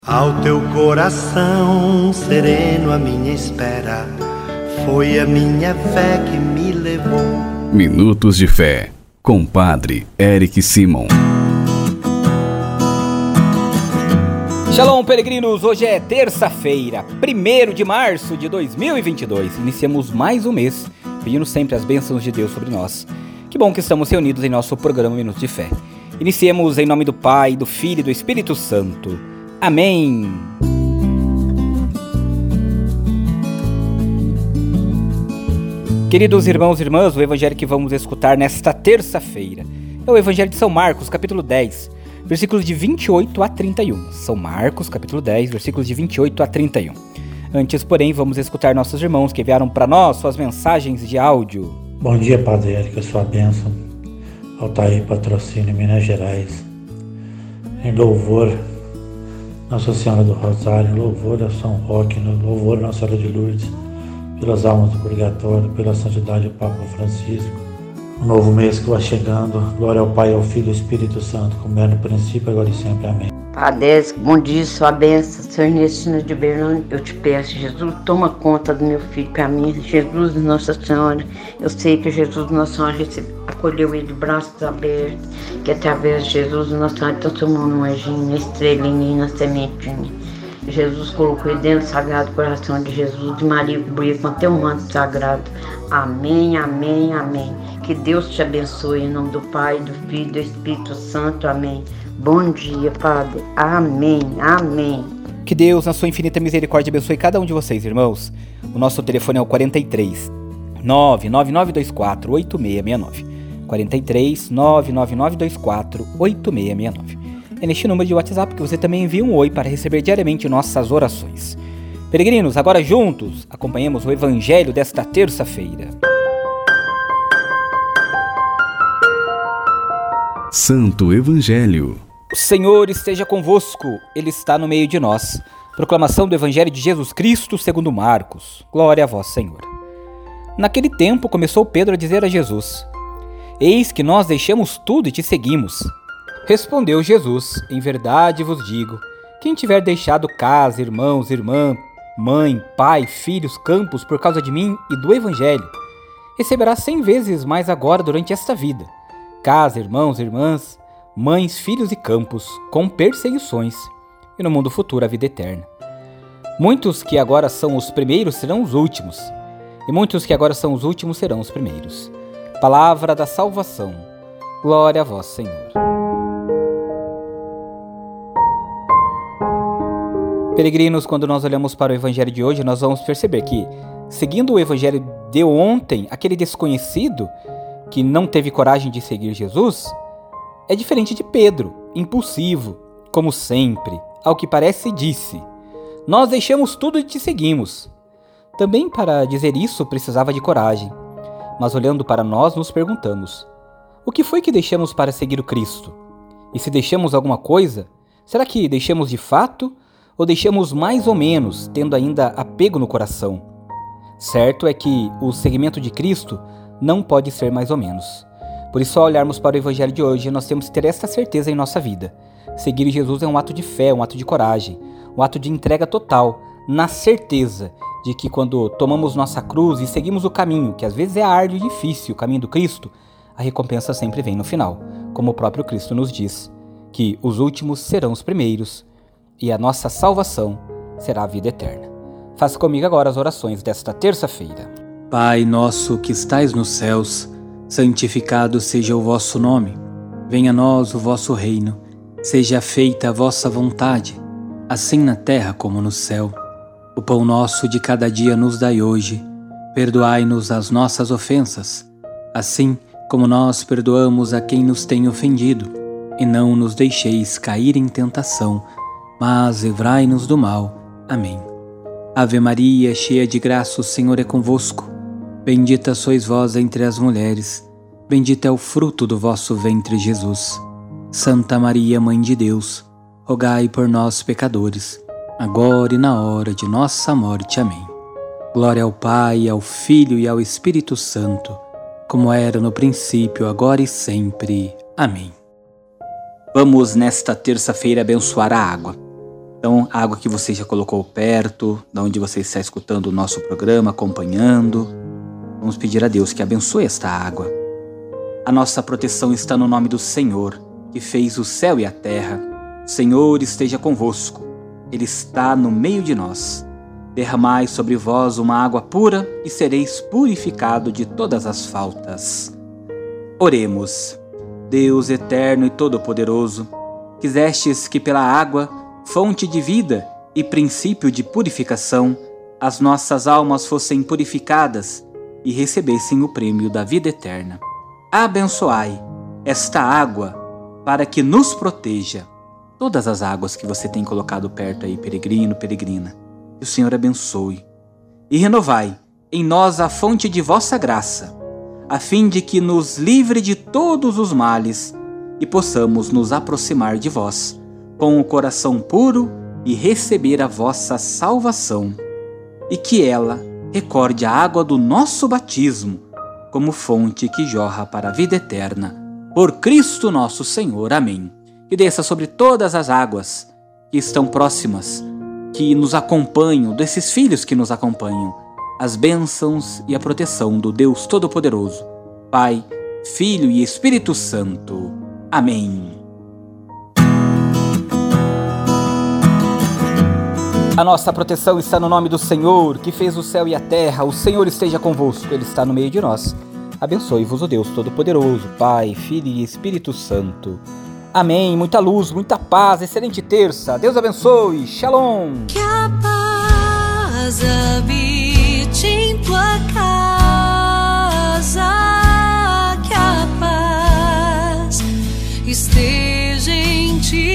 Ao teu coração sereno a minha espera, foi a minha fé que me levou. Minutos de Fé, com Padre Eric Simon. Shalom, peregrinos! Hoje é terça-feira, 1º de março de 2022. Iniciamos mais um mês, pedindo sempre as bênçãos de Deus sobre nós. Que bom que estamos reunidos em nosso programa Minutos de Fé. Iniciemos em nome do Pai, do Filho e do Espírito Santo. Amém! Queridos irmãos e irmãs, o evangelho que vamos escutar nesta terça-feira é o Evangelho de São Marcos, capítulo 10, versículos de 28 a 31. São Marcos, capítulo 10, versículos de 28 a 31. Antes, porém, vamos escutar nossos irmãos que enviaram para nós suas mensagens de áudio. Bom dia, Padre Érico, a sua bênção. Altair, Patrocínio, Minas Gerais. Em louvor Nossa Senhora do Rosário, louvor a São Roque, louvor a Nossa Senhora de Lourdes, pelas almas do purgatório, pela santidade do Papa Francisco. Um novo mês que vai chegando, glória ao Pai, ao Filho e ao Espírito Santo, como é no princípio, agora e sempre. Amém. Padre, bom dia, sua bênção, São Ernestina de Berlândia. Eu te peço, Jesus, toma conta do meu filho para mim, Jesus Nossa Senhora. Eu sei que Jesus Nossa Senhora acolheu ele de braços abertos, que através de Jesus Nossa Senhora transformou num anjinho, na estrelinha e na sementinha. Jesus colocou ele dentro do Sagrado Coração de Jesus, de Maria cobria com até um manto sagrado. Amém, amém, amém. Que Deus te abençoe, em nome do Pai, do Filho e do Espírito Santo. Amém. Bom dia, Padre. Amém, amém. Que Deus, na sua infinita misericórdia, abençoe cada um de vocês, irmãos. O nosso telefone é o 43 99924 8669. 43 99924 8669. É neste número de WhatsApp que você também envia um oi para receber diariamente nossas orações. Peregrinos, agora juntos, acompanhemos o Evangelho desta terça-feira. Santo Evangelho. O Senhor esteja convosco, Ele está no meio de nós. Proclamação do Evangelho de Jesus Cristo segundo Marcos. Glória a vós, Senhor. Naquele tempo começou Pedro a dizer a Jesus: Eis que nós deixamos tudo e te seguimos. Respondeu Jesus: Em verdade vos digo, quem tiver deixado casa, irmãos, irmã, mãe, pai, filhos, campos por causa de mim e do Evangelho, receberá 100 vezes mais agora durante esta vida. Casa, irmãos, irmãs, mães, filhos e campos, com perseguições, e no mundo futuro a vida eterna. Muitos que agora são os primeiros serão os últimos, e muitos que agora são os últimos serão os primeiros. Palavra da salvação. Glória a vós, Senhor. Peregrinos, quando nós olhamos para o Evangelho de hoje, nós vamos perceber que, seguindo o Evangelho de ontem, aquele desconhecido que não teve coragem de seguir Jesus, é diferente de Pedro, impulsivo, como sempre, ao que parece disse: Nós deixamos tudo e te seguimos. Também para dizer isso precisava de coragem, mas olhando para nós nos perguntamos: o que foi que deixamos para seguir o Cristo? E se deixamos alguma coisa, será que deixamos de fato ou deixamos mais ou menos, tendo ainda apego no coração? Certo é que o seguimento de Cristo não pode ser mais ou menos. Por isso, ao olharmos para o Evangelho de hoje, nós temos que ter esta certeza em nossa vida. Seguir Jesus é um ato de fé, um ato de coragem, um ato de entrega total, na certeza de que quando tomamos nossa cruz e seguimos o caminho, que às vezes é árduo e difícil, o caminho do Cristo, a recompensa sempre vem no final, como o próprio Cristo nos diz, que os últimos serão os primeiros e a nossa salvação será a vida eterna. Faça comigo agora as orações desta terça-feira. Pai nosso que estais nos céus, santificado seja o vosso nome. Venha a nós o vosso reino. Seja feita a vossa vontade, assim na terra como no céu. O pão nosso de cada dia nos dai hoje. Perdoai-nos as nossas ofensas, assim como nós perdoamos a quem nos tem ofendido. E não nos deixeis cair em tentação, mas livrai-nos do mal. Amém. Ave Maria, cheia de graça, o Senhor é convosco. Bendita sois vós entre as mulheres, bendito é o fruto do vosso ventre, Jesus. Santa Maria, Mãe de Deus, rogai por nós, pecadores, agora e na hora de nossa morte. Amém. Glória ao Pai, ao Filho e ao Espírito Santo, como era no princípio, agora e sempre. Amém. Vamos nesta terça-feira abençoar a água. Então, a água que você já colocou perto, da onde você está escutando o nosso programa, acompanhando, vamos pedir a Deus que abençoe esta água. A nossa proteção está no nome do Senhor, que fez o céu e a terra. O Senhor esteja convosco, Ele está no meio de nós. Derramai sobre vós uma água pura e sereis purificado de todas as faltas. Oremos. Deus eterno e todo-poderoso, quisestes que pela água, fonte de vida e princípio de purificação, as nossas almas fossem purificadas e recebessem o prêmio da vida eterna. Abençoai esta água para que nos proteja. Todas as águas que você tem colocado perto aí, peregrino, peregrina, que o Senhor abençoe. E renovai em nós a fonte de vossa graça, a fim de que nos livre de todos os males e possamos nos aproximar de vós com o coração puro e receber a vossa salvação, e que ela recorde a água do nosso batismo como fonte que jorra para a vida eterna. Por Cristo nosso Senhor. Amém. Que desça sobre todas as águas que estão próximas, que nos acompanham, desses filhos que nos acompanham, as bênçãos e a proteção do Deus Todo-Poderoso, Pai, Filho e Espírito Santo. Amém. A nossa proteção está no nome do Senhor, que fez o céu e a terra. O Senhor esteja convosco, Ele está no meio de nós. Abençoe-vos o Deus Todo-Poderoso, Pai, Filho e Espírito Santo. Amém. Muita luz, muita paz, excelente terça. Deus abençoe. Shalom. Que a paz habite em tua casa, que a paz esteja em ti.